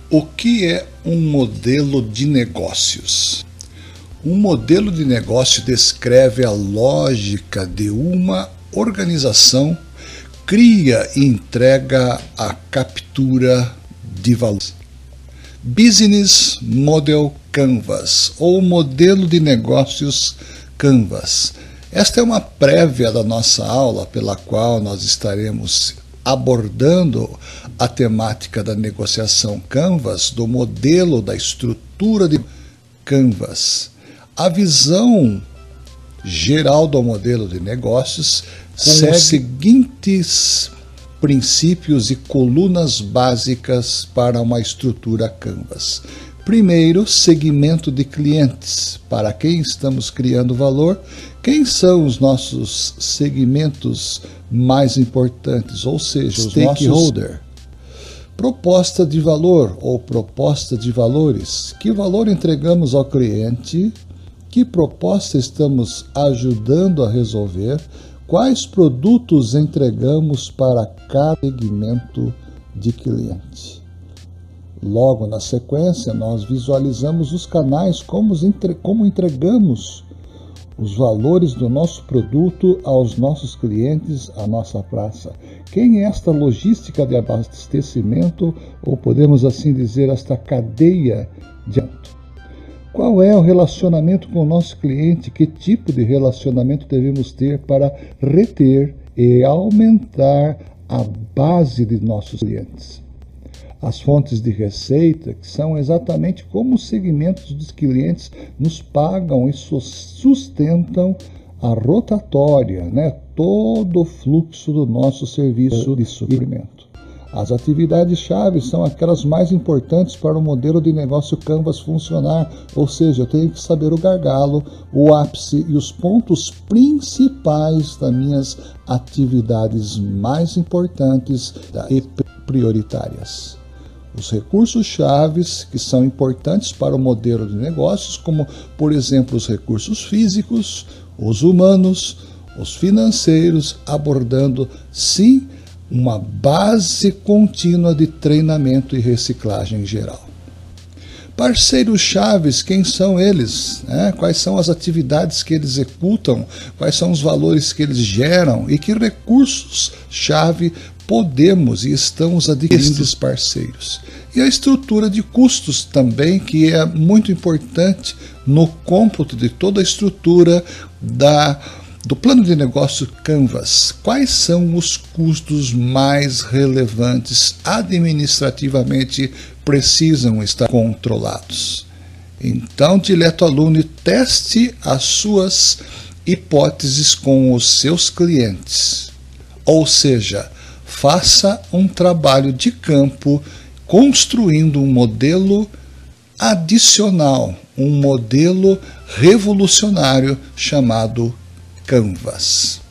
O que é um modelo de negócios? Um modelo de negócio descreve a lógica de uma organização, cria e entrega a captura de valor. Business Model Canvas, ou modelo de negócios Canvas. Esta é uma prévia da nossa aula, pela qual nós estaremos abordando a temática da negociação Canvas, do modelo, da estrutura de Canvas. A visão geral do modelo de negócios segue os seguintes princípios e colunas básicas para uma estrutura Canvas. Primeiro, segmento de clientes. Para quem estamos criando valor, quem são os nossos segmentos mais importantes, ou seja, os stakeholder. Proposta de valor ou proposta de valores. Que valor entregamos ao cliente? Que proposta estamos ajudando a resolver? Quais produtos entregamos para cada segmento de cliente? Logo na sequência, nós visualizamos os canais, como entregamos os valores do nosso produto aos nossos clientes, à nossa praça. Quem é esta logística de abastecimento, ou podemos assim dizer, esta cadeia de abastecimento? Qual é o relacionamento com o nosso cliente? Que tipo de relacionamento devemos ter para reter e aumentar a base de nossos clientes? As fontes de receita, que são exatamente como os segmentos dos clientes nos pagam e sustentam a rotatória, todo o fluxo do nosso serviço de suprimento. As atividades-chave são aquelas mais importantes para o modelo de negócio Canvas funcionar, ou seja, eu tenho que saber o gargalo, o ápice e os pontos principais das minhas atividades mais importantes e prioritárias. Os recursos-chave que são importantes para o modelo de negócios, como, por exemplo, os recursos físicos, os humanos, os financeiros, abordando, sim, uma base contínua de treinamento e reciclagem geral. Parceiros-chave, quem são eles? Quais são as atividades que eles executam? Quais são os valores que eles geram? E que recursos-chave podemos e estamos adquirindo dos parceiros? E a estrutura de custos também, que é muito importante no cômputo de toda a estrutura do plano de negócio Canvas. Quais são os custos mais relevantes administrativamente precisam estar controlados? Então, dileto aluno, teste as suas hipóteses com os seus clientes. Ou seja, faça um trabalho de campo construindo um modelo adicional, um modelo revolucionário chamado Canvas.